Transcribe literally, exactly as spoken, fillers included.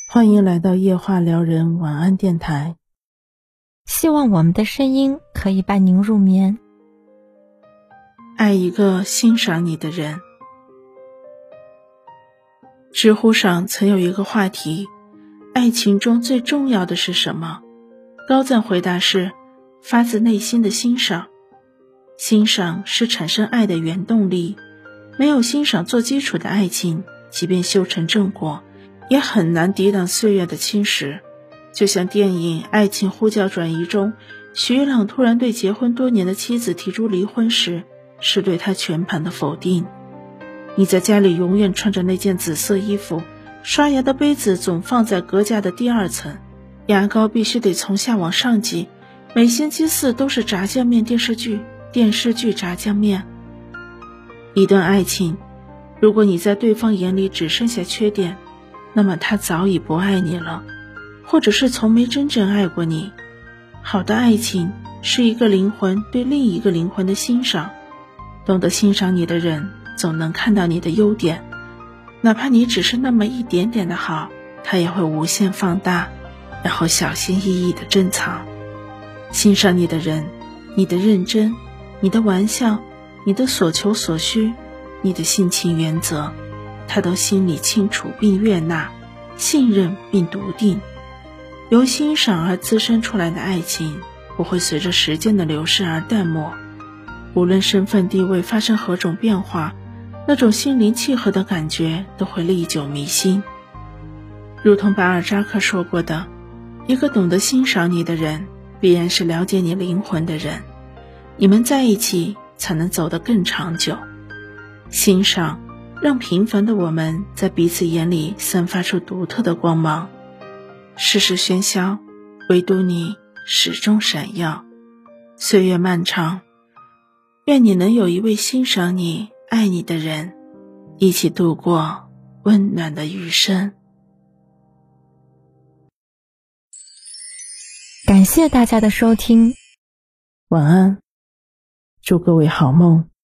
欢迎来到夜话撩人晚安电台， 希望我们的声音可以伴您入眠。 爱一个欣赏你的人。知乎上曾有一个话题，爱情中最重要的是什么？高赞回答是发自内心的欣赏。欣赏是产生爱的原动力，没有欣赏做基础的爱情，即便修成正果，也很难抵挡岁月的侵蚀。就像电影《爱情呼叫转移》中，徐玉朗突然对结婚多年的妻子提出离婚时，是对他全盘的否定。你在家里永远穿着那件紫色衣服，刷牙的杯子总放在隔架的第二层，牙膏必须得从下往上挤，每星期四都是炸酱面电视剧，电视剧炸酱面。一段爱情，如果你在对方眼里只剩下缺点，那么他早已不爱你了，或者是从没真正爱过你。好的爱情是一个灵魂对另一个灵魂的欣赏，懂得欣赏你的人总能看到你的优点，哪怕你只是那么一点点的好，他也会无限放大，然后小心翼翼地珍藏。欣赏你的人，你的认真，你的玩笑，你的所求所需，你的性情原则，他都心里清楚并悦纳，信任并笃定。由欣赏而滋生出来的爱情，不会随着时间的流逝而淡漠。无论身份地位发生何种变化，那种心灵契合的感觉都会历久弥新。如同巴尔扎克说过的，一个懂得欣赏你的人，必然是了解你灵魂的人，你们在一起才能走得更长久。欣赏让平凡的我们在彼此眼里散发出独特的光芒。世事喧嚣，唯独你始终闪耀。岁月漫长，愿你能有一位欣赏你、爱你的人，一起度过温暖的余生。 感谢大家的收听， 晚安，祝各位好梦。